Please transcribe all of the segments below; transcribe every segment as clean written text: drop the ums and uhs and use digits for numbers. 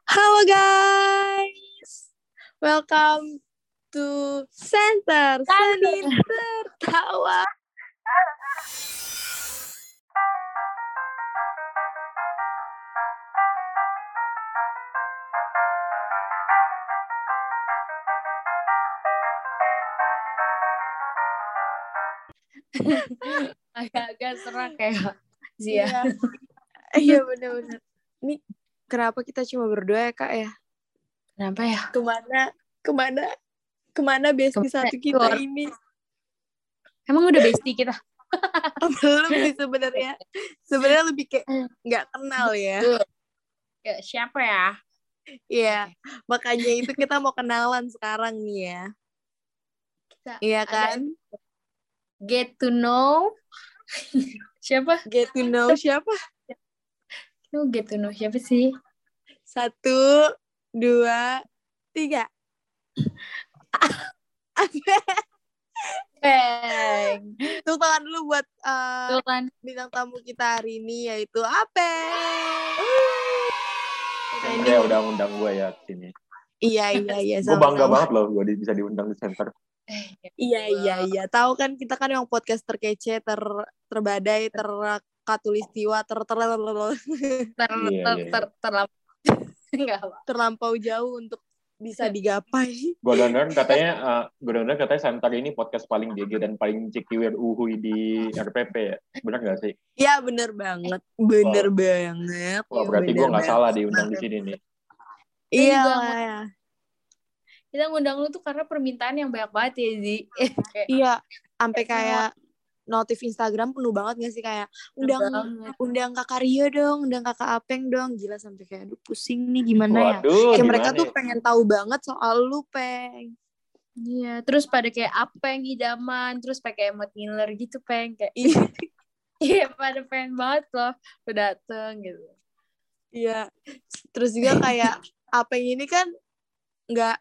Halo guys, welcome to Center Senin Tertawa. Agak-agak serak ya Zia. Iya benar-benar. Ini kenapa kita cuma berdua ya kak ya? Kenapa ya? Kemana bestie satu kita ini? Emang udah bestie kita? Belum sih sebenarnya. Sebenarnya lebih kayak nggak kenal ya. Ya siapa ya? Iya, makanya itu kita mau kenalan sekarang nih ya. Iya kan? Get to know siapa? Get to know siapa? Get to know siapa sih? 1, 2, 3. Apeng. Tepuk tangan dulu buat Bintang tamu kita hari ini yaitu Apeng. Center ya udah ngundang gue ya kesini. Iya. Gue bangga banget loh gue bisa diundang di Center. Iya. Tahu kan kita kan yang podcast terkece, terbadai, terkatulistiwa, terlampau jauh untuk bisa digapai. Gue dengar katanya Center ini podcast paling GG dan paling cikiwir uhui di RPP ya. Benar nggak sih? Iya bener banget. Wah berarti gue nggak salah diundang di sini nih. Iya. Kita ngundang lu tuh karena permintaan yang banyak banget ya Zi. Iya, sampai kayak notif Instagram penuh banget gak sih kayak undang kakak Rio dong, undang kakak Apeng dong, gila sampai kayak aduh pusing nih gimana ya. Kayak mereka tuh pengen tahu banget soal lu Peng. Iya, terus pada kayak Apeng idaman, terus pakai emot ngiler gitu Peng kayak. Iya, pada pengen banget loh udah dateng gitu. Iya, terus juga kayak Apeng ini kan nggak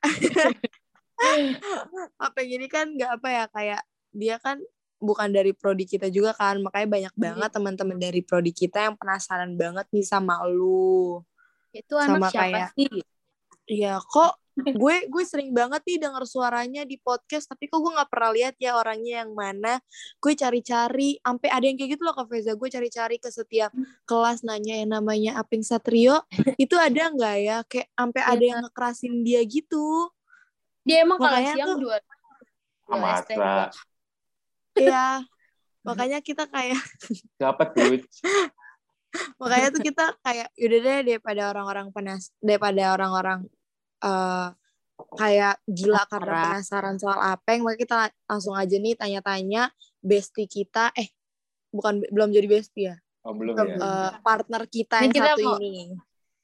apa ya kayak dia kan bukan dari prodi kita juga kan, makanya banyak banget teman-teman dari prodi kita yang penasaran banget nih sama lu. Itu sama anak siapa kayak, sih? Iya kok gue sering banget nih denger suaranya di podcast, tapi kok gue nggak pernah lihat ya orangnya yang mana. Gue cari-cari, sampai ada yang kayak gitu loh Kak Feza. Gue cari-cari ke setiap kelas nanya yang namanya Apeng Satrio. Itu ada nggak ya? Kayak sampai ada yang ngekerasin dia gitu. Dia emang kalau makanya siang tuh, jual ST. Iya, makanya kita kayak siapa tuh? Makanya tuh kita kayak yaudah deh daripada orang-orang kayak gila karena penasaran soal Apeng, maka kita langsung aja nih tanya-tanya bestie kita, belum jadi bestie ya? Belum ya. Partner kita yang satu ini.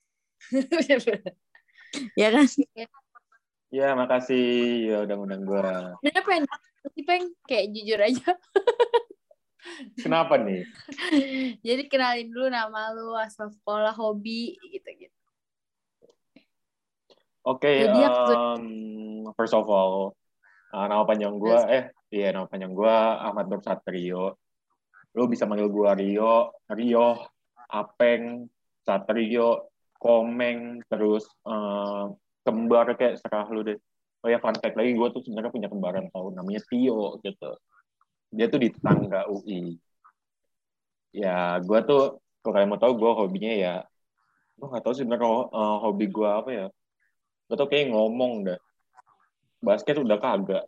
Ya kan? Ya makasih ya udah ngundang gue. Peng kayak jujur aja. Kenapa nih? Jadi kenalin dulu nama lu, asal sekolah, hobi gitu-gitu. Oke, first of all, nama panjang gue, nama panjang gue Ahmad Nur Satrio. Lu bisa manggil gue Rio, Apeng, Satrio, Komeng, terus kembar kayak serah lu deh. Oh ya, fun fact lagi, gue tuh sebenarnya punya kembaran tau, namanya Tio gitu. Dia tuh di tetangga UI. Ya, gue tuh, kalau kalian mau tahu, gue hobinya ya, gue gak tahu sebenarnya hobi gue apa ya. Gue tuh kayak ngomong dah. Basket udah kagak.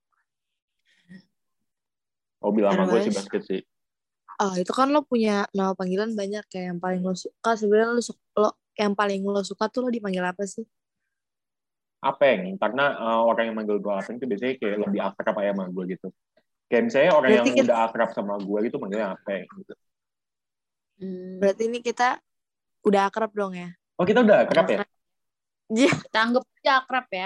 Hobi lama gue sih basket sih. Oh, itu kan lo punya nama panggilan banyak kayak yang paling lo suka. Sebenarnya yang paling lo suka tuh lo dipanggil apa sih? Apeng, karena orang yang manggil gue Apeng itu biasanya kayak lebih akrab aja sama gue gitu. Kayak misalnya orang berarti yang udah akrab sama gue gitu manggilnya Apeng gitu. Berarti ini kita udah akrab dong ya? Oh, kita udah akrab ya? Iya. Kita anggap aja akrab ya.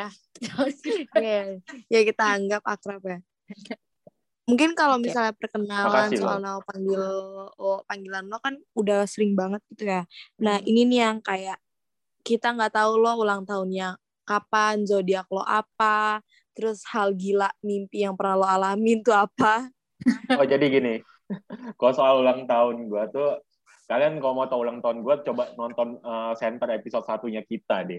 Ya kita anggap akrab ya. Mungkin kalau misalnya perkenalan soal nama panggilan lo kan udah sering banget gitu ya. Nah ini nih yang kayak kita nggak tahu lo ulang tahunnya kapan, zodiak lo apa, terus hal gila mimpi yang pernah lo alamin tuh apa. Oh jadi gini, kalau soal ulang tahun gue tuh Kalian kalau mau tahu ulang tahun gue, coba nonton Center episode 1-nya kita deh.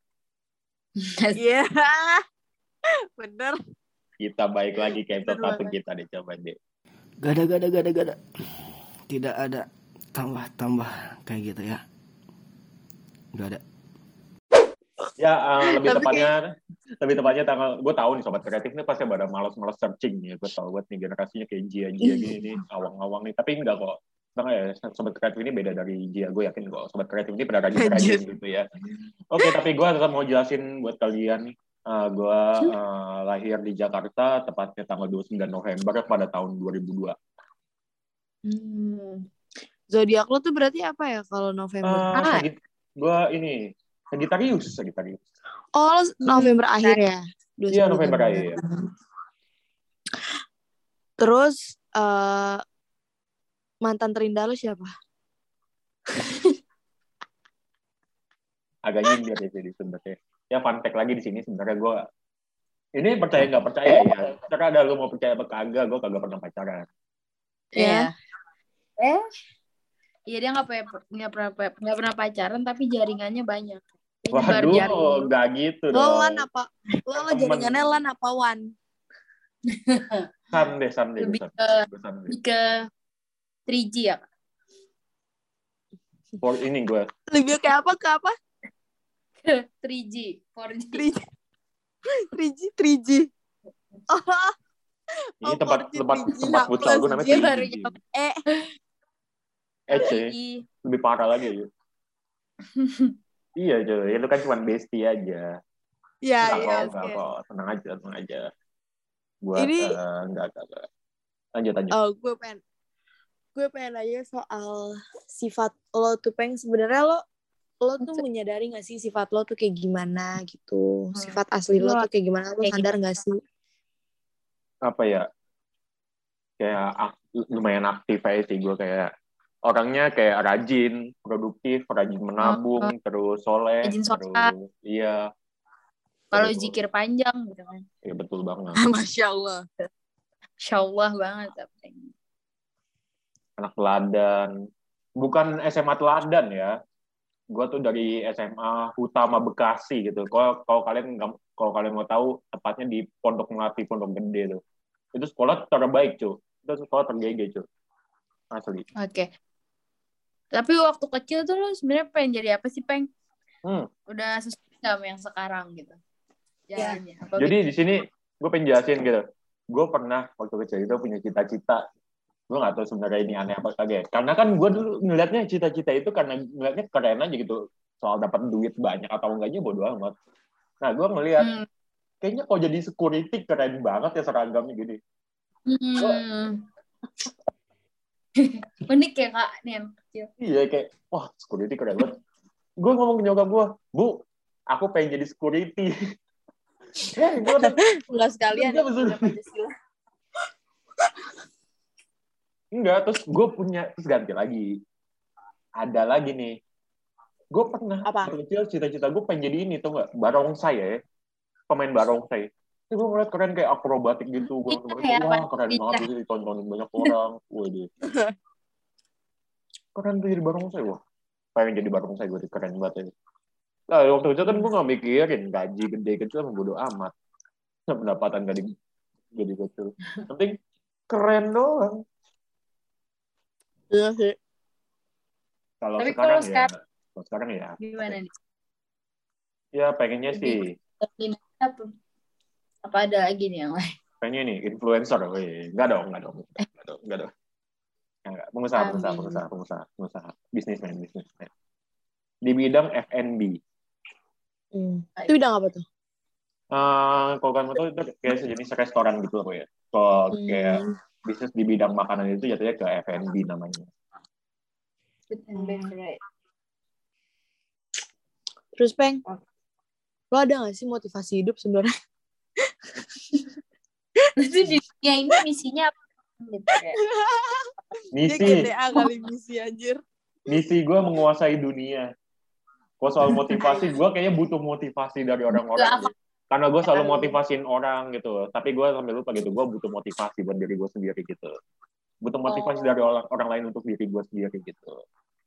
Iya. Bener. Kita baik lagi ke episode 1 kita deh, coba deh. Gak ada. Tidak ada tambah kayak gitu ya. Gak ada. Ya lebih tepatnya tanggal, gue tahu nih sobat kreatif ini pasti pada malas searching nih. Gue tahu buat nih generasinya kayak Jia gini nih, awang-awang nih. Tapi enggak kok. Makanya ya, sobat kreatif ini beda dari Jia. Gue yakin kok sobat kreatif ini pada rajin gitu ya. Oke, tapi gue tetap mau jelasin buat kalian. Gue lahir di Jakarta, tepatnya tanggal 29 November pada tahun 2002. Zodiak lo tuh berarti apa ya kalau November? Gue ini Sagittarius. Oh, November akhir ya? Iya, November akhir. Terus mantan terindah lo siapa? Agak nyindir ya jadi sebenarnya. Ya fun fact lagi di sini sebenarnya gue ini percaya nggak percaya ya. Karena ada lu mau percaya apa kagak, gue kagak pernah pacaran. Iya. Iya dia nggak pernah pacaran tapi jaringannya banyak. Waduh, nggak gitu dong. Lo lan apa? Lo jaringannya lan apa wan? San deh. Lebih ke 3G ya. For ini gue. Lebih kayak apa? Ke apa? 3G, 4G. 3G. Ini tempat futsal gue namanya 3G. Lebih parah lagi ya. Iya coy, itu kan cuma bestie aja. Iya. Enggak kok, tenang aja. Buat ini enggak. Lanjut. Oh, gue pengen aja soal sifat lo tuh sebenarnya lo tuh menyadari nggak sih sifat lo tuh kayak gimana gitu, sifat asli lo tuh kayak gimana, lo sadar nggak sih? Apa ya, kayak lumayan aktif aja sih gue, kayak orangnya kayak rajin, produktif, rajin menabung, terus soleh, rajin terus iya. Kalau zikir panjang gitu kan. Iya betul banget. Masya Allah banget. Anak teladan, bukan SMA teladan ya. Gue tuh dari SMA Utama Bekasi gitu. Kalau kalian mau tahu, tepatnya di Pondok Melati, Pondok Gede tuh. Itu sekolah terbaik cuy. Itu sekolah tergege cuy. Asli. Oke. Tapi waktu kecil tuh lo sebenarnya pengen jadi apa sih, Peng? Udah sesuai sama yang sekarang gitu. Jalannya. Ya. Jadi di sini gue pengen jelasin gitu. Gue pernah waktu kecil itu punya cita-cita. Gue nggak tahu sebenarnya ini aneh apa kagak. Karena kan gue dulu ngelihatnya cita-cita itu karena ngelihatnya keren aja gitu. Soal dapat duit banyak atau enggaknya bodo amat. Nah gue ngelihat kayaknya kalau jadi security keren banget ya seragamnya gini. Unik ya kak nih yang kecil. Iya kayak wah security keren banget. Gue ngomong ke nyokap gue, Bu, aku pengen jadi security. Enggak sekalian ya Pancasila. Enggak, terus gue punya, terus ganti lagi. Ada lagi nih. Gue pernah, kecil cita-cita gue pengen jadi ini, tau gak? Barongsai ya. Pemain barongsai. Terus gue ngeliat keren kayak akrobatik gitu. Gue wah keren banget itu ditontonin banyak orang. Waduh. Keren tuh jadi barongsai, wah. Pengen jadi barongsai gue, keren banget ya. Nah, waktu itu kan gue gak mikirin gaji gede kecil sama bodo amat. Pendapatan gak jadi kecil. Penting keren doang. Iya sih. Kalau sekarang ya. Gimana nih? Ya pengennya sih. Apa ada lagi nih yang lain? Pengen nih influencer, enggak dong. Enggak. Pengusaha. Bisnismen. Di bidang F&B. Itu bidang apa tuh? Kalau kan itu kayak sejenis restoran gitu loh ya. Kalau kayak bisnis di bidang makanan itu jatuhnya ke F&B namanya. Terus Peng, lo ada gak sih motivasi hidup sebenarnya? Itu di dunia ini misinya apa? Misi. GTA kali misi anjir. Misi gue menguasai dunia. Gue soal motivasi, gue kayaknya butuh motivasi dari orang-orang. Karena gue selalu motivasiin orang gitu. Tapi gue sampai lupa gitu, gue butuh motivasi buat diri gue sendiri gitu. Butuh motivasi dari orang lain untuk diri gue sendiri gitu.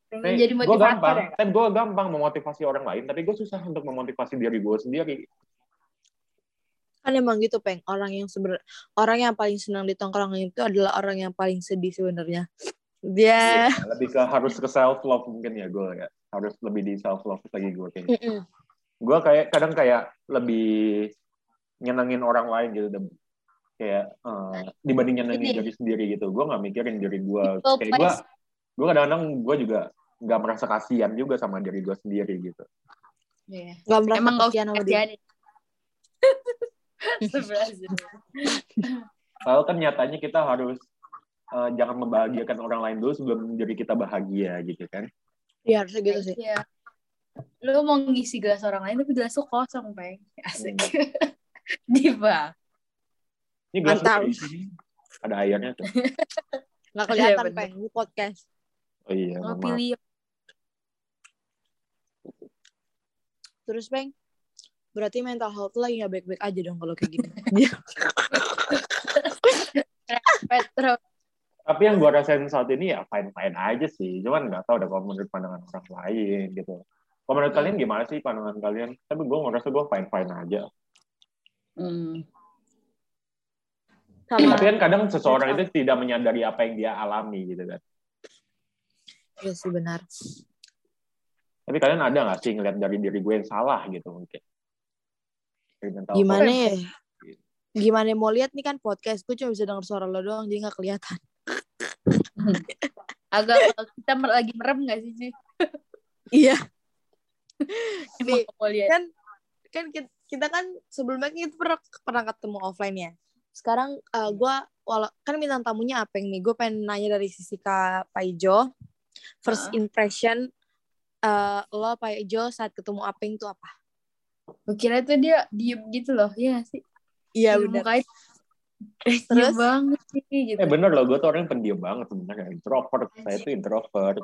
Pengen jadi motivator ya? Gue gampang memotivasi orang lain, tapi gue susah untuk memotivasi diri gue sendiri. Kan emang gitu, Peng. Orang yang paling senang di tongkrongan itu adalah orang yang paling sedih sebenarnya. Dia lebih ke harus ke self love mungkin ya gue ya. Harus lebih di self love lagi gue kayaknya. Gue kadang lebih nyenengin orang lain gitu, kayak dibanding nyenengin diri sendiri gitu. Gue nggak mikirin diri gue. Kayak gue kadang-kadang gue juga nggak merasa kasihan juga sama diri gue sendiri gitu. Nggak merasa kasihan sama diri. Kalau kan nyatanya kita harus jangan membahagiakan orang lain dulu sebelum diri kita bahagia gitu kan. Iya harusnya gitu sih. Iya. Lu mau ngisi gelas orang lain tapi gelas lu kosong, Peng. Asik. Diva. Ini gelas ada airnya tuh. Nggak kelihatan, Peng. Ini podcast. Oh iya, pilih. Terus, Peng, berarti mental health lagi nggak baik-baik aja dong kalau kayak gini. Petro. Tapi yang gue rasain saat ini ya fine-fine aja sih. Cuman nggak tahu deh kalau menurut pandangan orang lain gitu. Kalau menurut kalian gimana sih pandangan kalian? Tapi gue ngerasa gue fine-fine aja. Tapi kan kadang seseorang itu tidak menyadari apa yang dia alami gitu kan. Iya sih benar. Tapi kalian ada nggak sih ngeliat dari diri gue yang salah gitu mungkin? Gimana ya? Gimana mau lihat nih kan podcast, gue cuma bisa denger suara lo doang, jadi nggak kelihatan. Agak kita lagi merem nggak sih? Iya. Nih, kan kita kan sebelumnya kita pernah ketemu offline ya. Sekarang gue kan bintang tamunya Apeng nih. Gue pengen nanya dari sisi Kak Paijo. First impression lo Paijo saat ketemu Apeng tuh apa? Gue kira tuh dia diem gitu loh, ya sih? Iya benar. Terus banget sih gitu. Bener loh, gue tuh orang yang pendiam banget sebenarnya. Introvert, saya tuh introvert.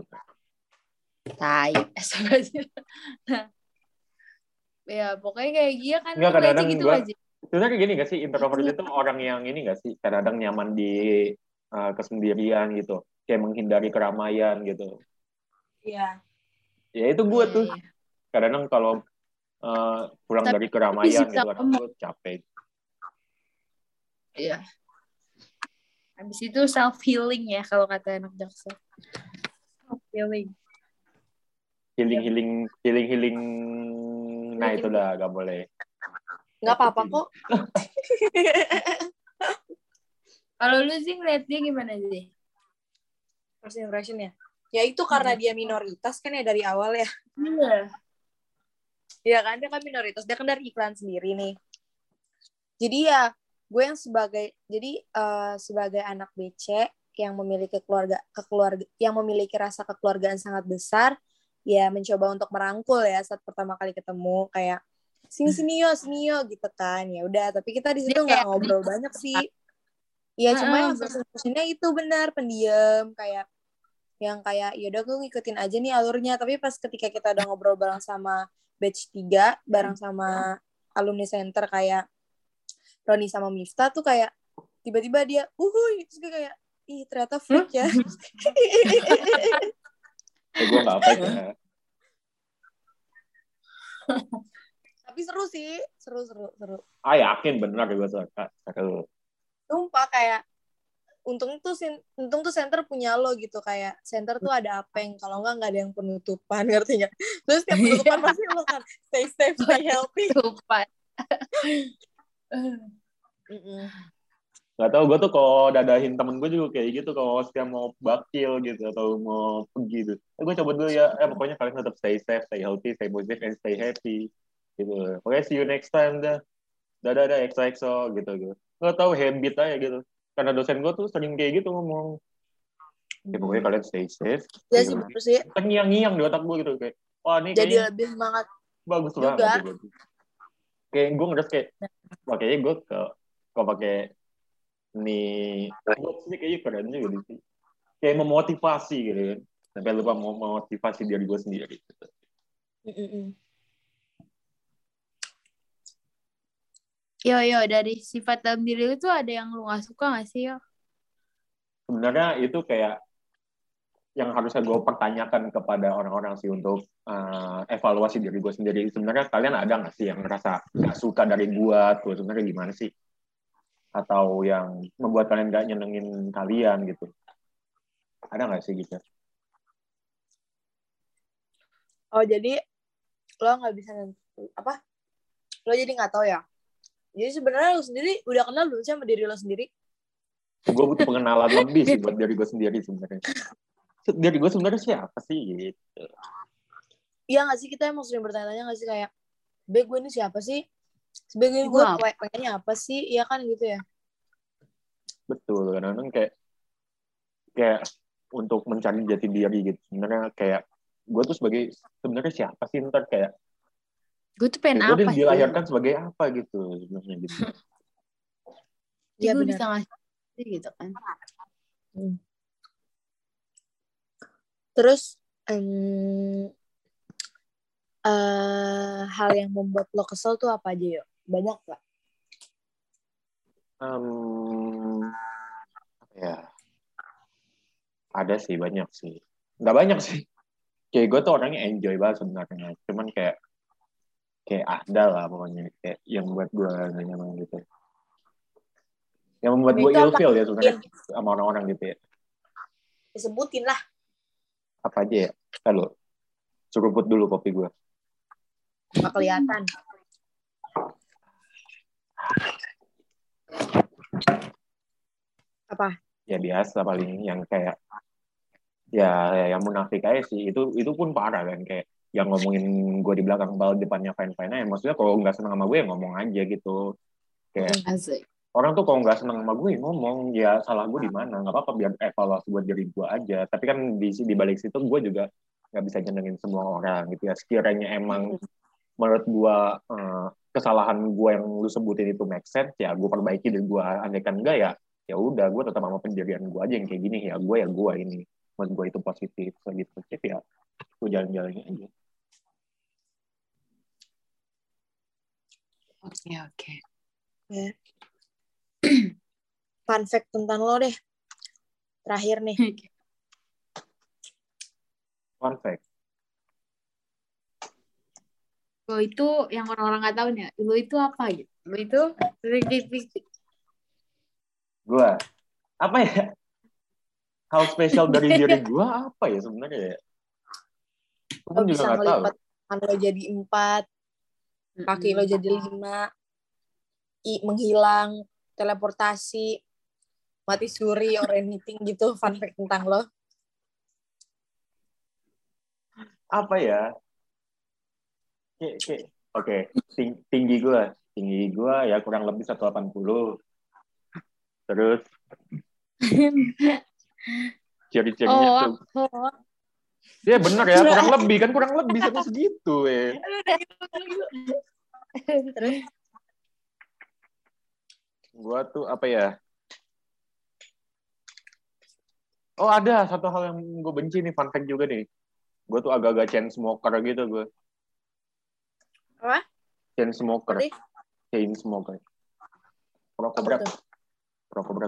Tai, nah, ya pokoknya kayak dia kan. Nggak, kadang-kadang gitu gue sebenarnya gini gak sih, introvert itu orang yang ini gak sih, kadang-kadang nyaman di kesendirian gitu, kayak menghindari keramaian gitu. Iya. Ya itu gue tuh kadang-kadang kalau pulang dari keramaian gitu kan gue capek. Iya. Habis itu self healing ya kalau kata anak Jaksel. Self healing. Healing. Nah itu udah gak boleh. Nggak apa-apa kok. Kalau lu sih ngeliat dia gimana sih? First impression ya? Ya itu karena dia minoritas kan ya dari awal ya. Iya. Iya kan, dia kan minoritas. Dia kan dari iklan sendiri nih. Jadi ya, gue yang sebagai anak BC yang memiliki yang memiliki rasa kekeluargaan sangat besar, ya mencoba untuk merangkul ya saat pertama kali ketemu, kayak sini yo gitu kan. Ya udah, tapi kita di situ nggak ngobrol banyak sih. Iya, cuma yang first impression-nya itu benar pendiam, kayak yaudah gue ngikutin aja nih alurnya. Tapi pas ketika kita udah ngobrol bareng sama batch 3 bareng sama alumni center kayak Roni sama Miftah tuh kayak tiba-tiba dia terus gue kayak ih ternyata freak ya. Gue nggak apa ya. Tapi seru sih, seru. Yakin benar gue seru. Sumpah kayak untung tuh center punya lo gitu, kayak center tuh ada Apeng, kalau nggak ada yang penutupan, ngerti nggak? Terus tiap penutupan pasti lo kan stay safe, stay healthy. Penutupan. Gak tau, gue tuh kalau dadahin temen gue juga kayak gitu, kalau setiap mau bakil gitu atau mau pergi gitu, gue coba dulu ya, pokoknya kalian tetap stay safe, stay healthy, stay positive, and stay happy gitu. Pokoknya see you next time dah. Dadah XOXO gitu. Gak tau, habit aja gitu. Karena dosen gue tuh sering kayak gitu ngomong. Ya pokoknya kalian stay safe. Ya sih, betul sih. Ngiang-ngiang di otak gue gitu. Kayak, wah ini jadi lebih semangat. Bagus juga. Banget. Kayak gue ngerasa kayak, makanya gue kalau pakai ini, ini kayaknya keren juga sih. Kayak memotivasi gitu kan. Sampai lupa mau memotivasi diri gue sendiri. Gitu. Yo, dari sifat dalam diri lu tuh ada yang lu gak suka gak sih, Yo? Sebenarnya itu kayak yang harusnya gue pertanyakan kepada orang-orang sih untuk evaluasi diri gue sendiri. Sebenarnya kalian ada nggak sih yang ngerasa nggak suka dari gue tuh sebenarnya gimana sih? Atau yang membuat kalian nggak nyenengin kalian gitu? Ada nggak sih gitu? Oh jadi lo nggak bisa apa? Lo jadi nggak tahu ya? Jadi sebenarnya lo sendiri udah kenal belum sih sama diri lo sendiri? Gue butuh pengenalan lebih sih buat diri gue sendiri sebenarnya. Diri gue sebenarnya siapa sih gitu? Iya nggak sih, kita emang sering bertanya-tanya nggak sih kayak, gue ini siapa sih? Sebagai gue pengennya apa sih? Iya kan gitu ya? Betul, kadang-kadang kayak untuk mencari jati diri gitu. Sebenarnya kayak gue tuh sebenarnya siapa sih ntar kayak gue tuh pengen gue apa sih? dilahirkan sebagai apa gitu sebenarnya gitu. Iya gue bisa ngasih gitu kan. Terus hal yang membuat lo kesel tuh apa aja yuk? Banyak gak? Ya ada sih, banyak sih. Nggak banyak sih. Kayak gue tuh orangnya enjoy banget sebenarnya. Cuman kayak ada lah pokoknya kayak yang buat gue gak nyaman gitu. Yang membuat gue ilfeel ya sebenarnya sama orang-orang gitu ya. Disebutin lah. Apa aja ya? Lalu seruput dulu kopi gue. Gak kelihatan. Apa? Ya biasa paling yang kayak ya yang munafik aja sih. Itu pun parah kan, kayak yang ngomongin gue di belakang bal depannya fine-fine aja. Maksudnya kalau nggak senang sama gue ya ngomong aja gitu. Kayak orang tuh kalau nggak senang sama gue ngomong, ya salah gue di mana, nggak apa-apa, biar evaluasi buat diri gue aja. Tapi kan di balik situ gue juga nggak bisa nyenengin semua orang gitu ya. Sekiranya emang menurut gue kesalahan gue yang lu sebutin itu make sense, ya gue perbaiki. Dan gue andaikan enggak ya udah gue tetap sama pendirian gue aja yang kayak gini. Ya gue ini menurut gue itu positif gitu. Jadi ya gue jalan-jalannya aja. Oke. Ya. Fun fact tentang lo deh. Terakhir nih. Fun fact. Lo itu yang orang-orang nggak tahu nih. Lo itu apa gitu? Lo itu gue apa ya? Hal spesial dari diri gue apa ya sebenarnya ya? Gue juga nggak tahu. Tangan lo jadi 4, kaki lo jadi 5, menghilang, teleportasi, mati suri, or anything gitu. Fun fact tentang lo. Apa ya? Oke. Tinggi gue ya kurang lebih 180. Terus ciri-cirinya tuh. Ya benar ya, kurang lebih sampai segitu ya. Terus gue tuh apa ya? Oh ada satu hal yang gue benci nih, fun fact juga nih. Gue tuh agak-agak chain smoker gitu gue. Apa? Chain smoker. Rokok berat.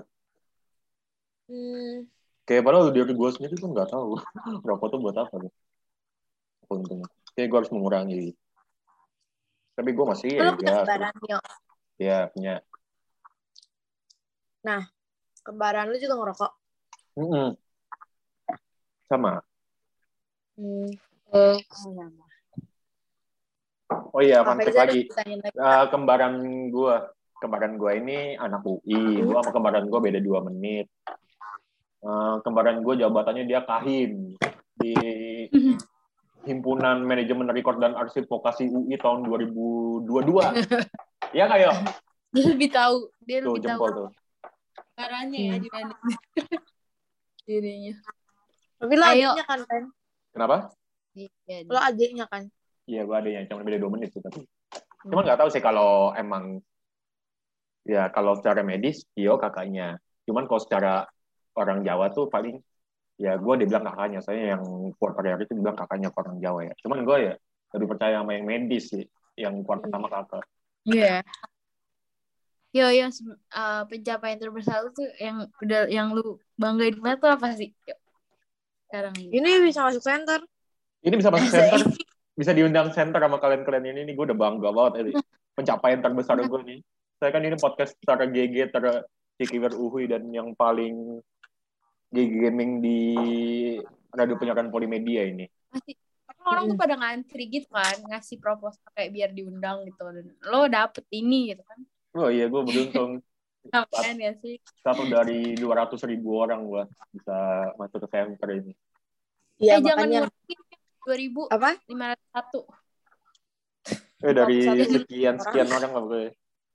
Kayak padahal dari gue sendiri tuh nggak tahu rokok tuh buat apa gitu. Untungnya. Kayak gue harus mengurangi. Tapi gue masih ya punya. Nah, kembaran lu juga ngerokok? Sama. Oh iya, fun fact lagi. Kembaran gue ini anak UI. Gue sama kembaran gue beda 2 menit. Kembaran gue jabatannya dia kahim di Himpunan Manajemen Rekod dan Arsip Vokasi UI tahun 2022. Iya nggak yo? Dia lebih tahu. Tuh jempol tuh. Caranya ya gimana? Dirinya. Tapi lo adiknya kan, Pen? Kenapa? Lo adiknya kan? Iya, gue adiknya. Cuma beda 2 menit sih tapi. Cuma nggak tahu sih kalau emang ya kalau secara medis, kakaknya. Cuman kalau secara orang Jawa tuh paling ya gue dibilang kakaknya. Saya yang kuat pada hari itu dibilang kakaknya ke orang Jawa ya. Cuman gue ya lebih percaya sama yang medis sih, yang kuat pertama kakak. Iya. Pencapaian terbesar lu tuh yang lu banggain banget tuh apa sih? sekarang. Ini bisa masuk center. Ini bisa masuk center. Bisa diundang center sama kalian-kalian ini. Gue udah bangga banget ini. Pencapaian terbesar gue nih. Saya kan ini podcast secara GG Cikiwer Uhuy dan yang paling GG Gaming di radio penyiaran Polimedia ini. Orang tuh pada ngantri gitu kan, ngasih proposal kayak biar diundang gitu. Dan lo dapet ini gitu kan. Oh iya, gue beruntung. Apaan ya sih? Satu dari 200.000 orang gue bisa masuk ke center ini. Iya, makanya. Jangan 2.501. Dari sekian orang lah gue.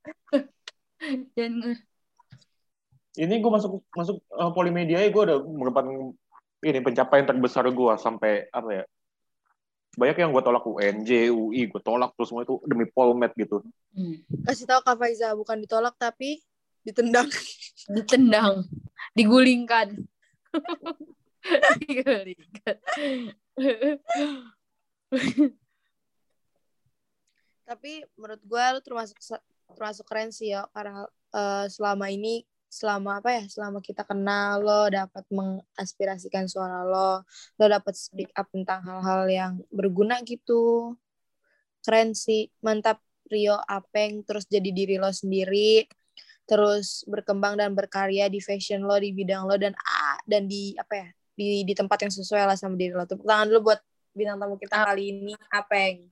Dan ini gue masuk Polimedia, gue udah merupakan ini pencapaian terbesar gue sampai apa ya? Banyak yang gue tolak UNJ, UI, gue tolak terus semua itu demi Polmed gitu. Kasih tahu Kak Faiza, bukan ditolak tapi ditendang. Ditendang, digulingkan. Tapi menurut gue lu termasuk keren sih ya, karena selama kita kenal, lo dapat mengaspirasikan suara lo dapat speak up tentang hal-hal yang berguna gitu. Keren sih, mantap Rio Apeng, terus jadi diri lo sendiri, terus berkembang dan berkarya di fashion lo, di bidang lo, dan di di tempat yang sesuai lah sama diri lo. Tepuk tangan dulu buat bintang tamu kita kali ini, Apeng.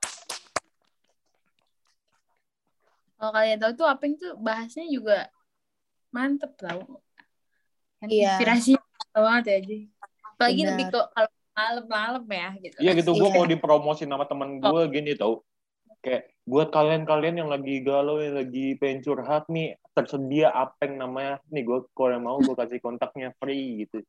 Kalau kalian tahu tuh Apeng tuh bahasnya juga mantep tau. Iya. Inspirasi banget ya Ji. Apalagi lebih ke kalau malam-malam ya gitu. Iya gitu, gue mau dipromosin sama temen gue gini tau. Kayak buat kalian-kalian yang lagi galau, yang lagi pengen curhat nih, tersedia Apeng namanya. Nih gue kalau yang mau gue kasih kontaknya free gitu.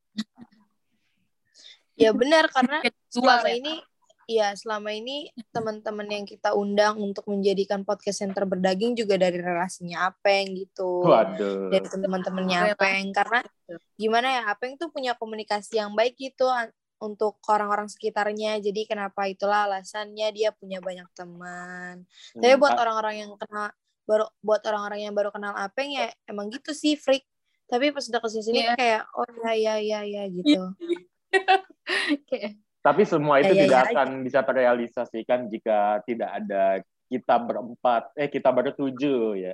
Ya benar, karena selama ini teman-teman yang kita undang untuk menjadikan podcast Center Berdaging juga dari relasinya Apeng gitu. Waduh. Dari teman-temannya Apeng, karena gimana ya, Apeng tuh punya komunikasi yang baik gitu untuk orang-orang sekitarnya. Jadi kenapa itulah alasannya dia punya banyak teman. Tapi buat orang-orang yang baru kenal Apeng ya emang gitu sih, freak. Tapi pas udah kesini kayak oh ya gitu. Tapi semua itu tidak akan bisa terrealisasikan jika tidak ada kita bertujuh ya.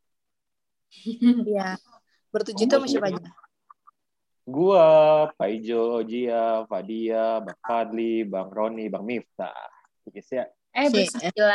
Iya. Bertujuh itu siapa aja? Gua, Pak Ijo, Ojia, Fadia, Bang Fadli, Bang Roni, Bang Miftah. Guys ya. Bersembilan.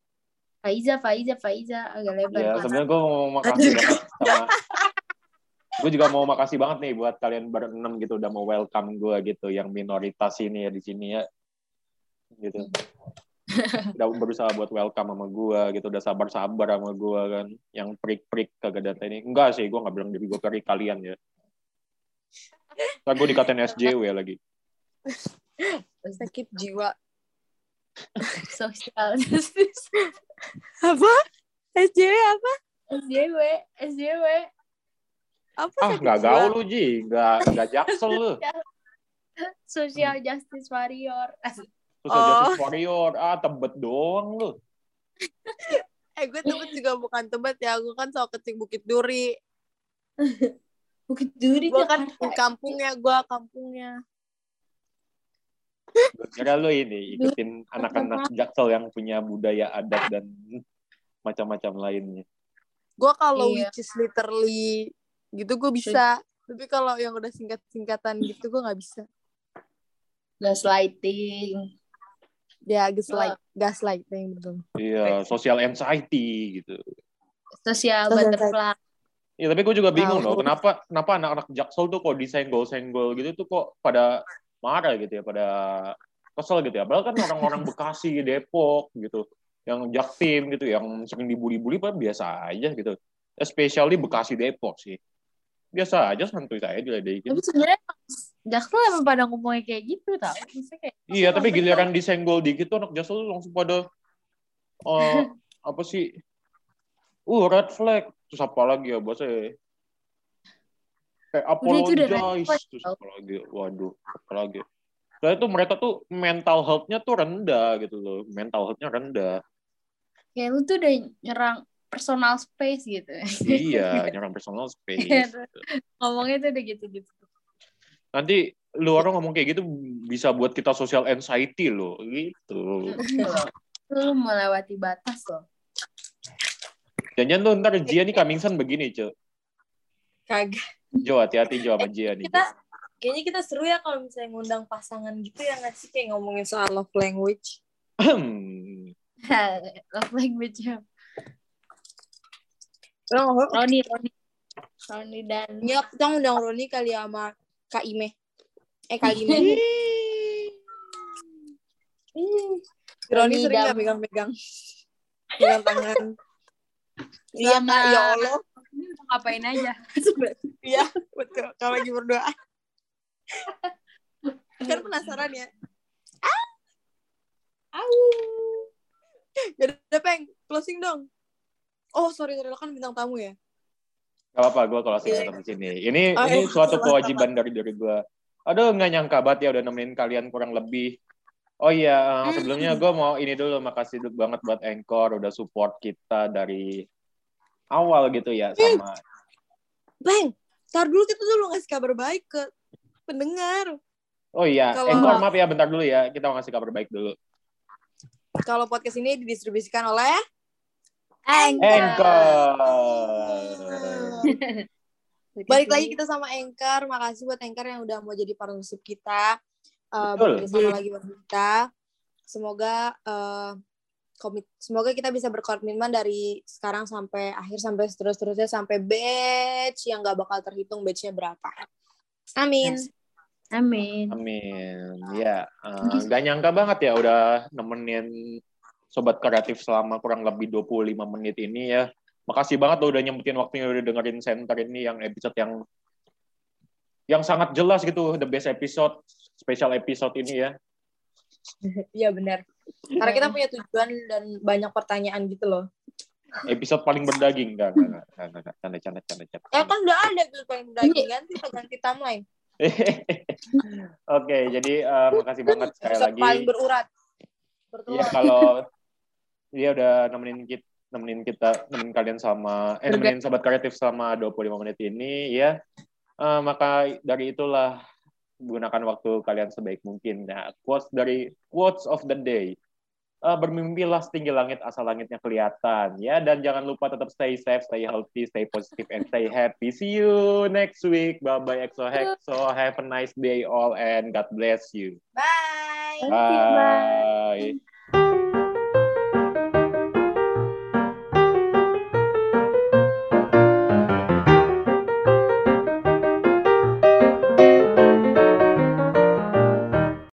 Faiza agak lebar. Ya, sebenarnya gue mau makasih banget sama gue juga mau makasih banget nih buat kalian berenam gitu udah mau welcome gue gitu yang minoritas ini ya di sini ya gitu. Udah berusaha buat welcome sama gue gitu, udah sabar-sabar sama gue kan, yang prik-prik kagak data ini. Enggak sih, gue nggak bilang diri gue prik, kalian ya. Ntar gue dikatain SJW lagi. Sakit jiwa. Social justice. Apa? SJW apa? SJW. Apa nggak gaul lu Ji, nggak jaksel lu. Social justice warrior. Justice warrior, tebet doang lu. Gue tebet juga bukan tebet ya, gue kan soal kecil Bukit Duri. Bukit Duri gue kan kampungnya. Gue kira lu ini ikutin anak-anak jaksel yang punya budaya adat dan macam-macam lainnya. Gue kalau which is literally gitu gue bisa, tapi kalau yang udah singkat-singkatan gitu gue nggak bisa. Gaslighting. Ya, gaslighting betul. Iya, social anxiety gitu. Social butterfly. Iya, tapi gue juga bingung loh, kenapa anak-anak jaksel tuh kok disenggol-senggol gitu tuh kok pada marah gitu ya, pada kesel gitu ya. Padahal kan orang-orang Bekasi, Depok gitu, yang Jaktim gitu, yang sering dibully-bully biasa aja gitu. Especially Bekasi, Depok sih. Biasa aja, santuy saya diledekin. Tapi sebenarnya jaksel emang pada ngomongnya kayak gitu tau. Kayak, iya, tapi giliran disenggol dikit tuh anak jaksel langsung pada apa sih? Red flag. Terus apa lagi ya bahasa? Kayak apologize. Terus apa lagi? Waduh, apa lagi? Soalnya tuh mereka tuh mental health-nya tuh rendah gitu loh. Mental health-nya rendah. Kayak lu tuh udah nyerang personal space gitu. Iya, nyerang personal space. Ngomongnya tuh udah gitu-gitu. Nanti lu orang ngomong kayak gitu bisa buat kita social anxiety loh, gitu. Lu melewati batas loh. Jangan tuh ntar Jia nih coming soon begini, Cuk. Kagak. Jo, hati-hati Jo sama Jia nih. Kayaknya kita seru ya kalau misalnya ngundang pasangan gitu ya nggak sih, kayak ngomongin soal love language. Love language ya. Oh, Roni dan ya kita ngundang Roni kali ya sama Kak Ime. Kak Ime. Roni sering nggak pegang-pegang tangan. Iya Kak, ya Allah. Ini udah ngapain aja? Iya, betul. Kalau lagi berdoa. Kan penasaran ya. Udah Peng, closing dong. Oh, sorry, lo kan bintang tamu ya. Gak apa-apa, gue closing tetap di sini. Ini suatu kewajiban dari gue. Aduh, nggak nyangka banget ya udah nemenin kalian kurang lebih. Oh iya, sebelumnya gue mau ini dulu, makasih banget buat Anchor udah support kita dari awal gitu ya sama. Bang, ntar dulu kita dulu ngasih kabar baik ke pendengar. Oh iya, Anchor maaf ya, bentar dulu ya, kita mau ngasih kabar baik dulu. Kalau podcast ini didistribusikan oleh Anchor. Balik lagi kita sama Anchor. Makasih buat Anchor yang udah mau jadi partnership kita. Bekerjasama lagi buat kita. Semoga kita bisa berkomitmen dari sekarang sampai akhir, sampai seterusnya, sampai batch yang gak bakal terhitung batchnya berapa. Amin. Ya, gak nyangka banget ya udah nemenin Sobat Kreatif selama kurang lebih 25 menit ini ya. Makasih banget udah nyempetin waktunya udah dengerin Center ini yang episode yang sangat jelas gitu, the best episode, special episode ini ya. Iya benar. Karena kita punya tujuan dan banyak pertanyaan gitu loh. Episode paling berdaging enggak. Canda. Ya kan udah ada tuh paling berdaging, ganti timeline. Oke, jadi makasih banget sekali lagi. Paling berurat. Iya, kalau dia udah nemenin kalian nemenin Sobat Kreatif sama 25 menit ini ya. Maka dari itulah gunakan waktu kalian sebaik mungkin. Nah, quotes of the day. Bermimpilah setinggi langit asal langitnya kelihatan ya, dan jangan lupa tetap stay safe, stay healthy, stay positive and stay happy. See you next week. Bye bye EXO. Have a nice day all and God bless you. Bye. Bye.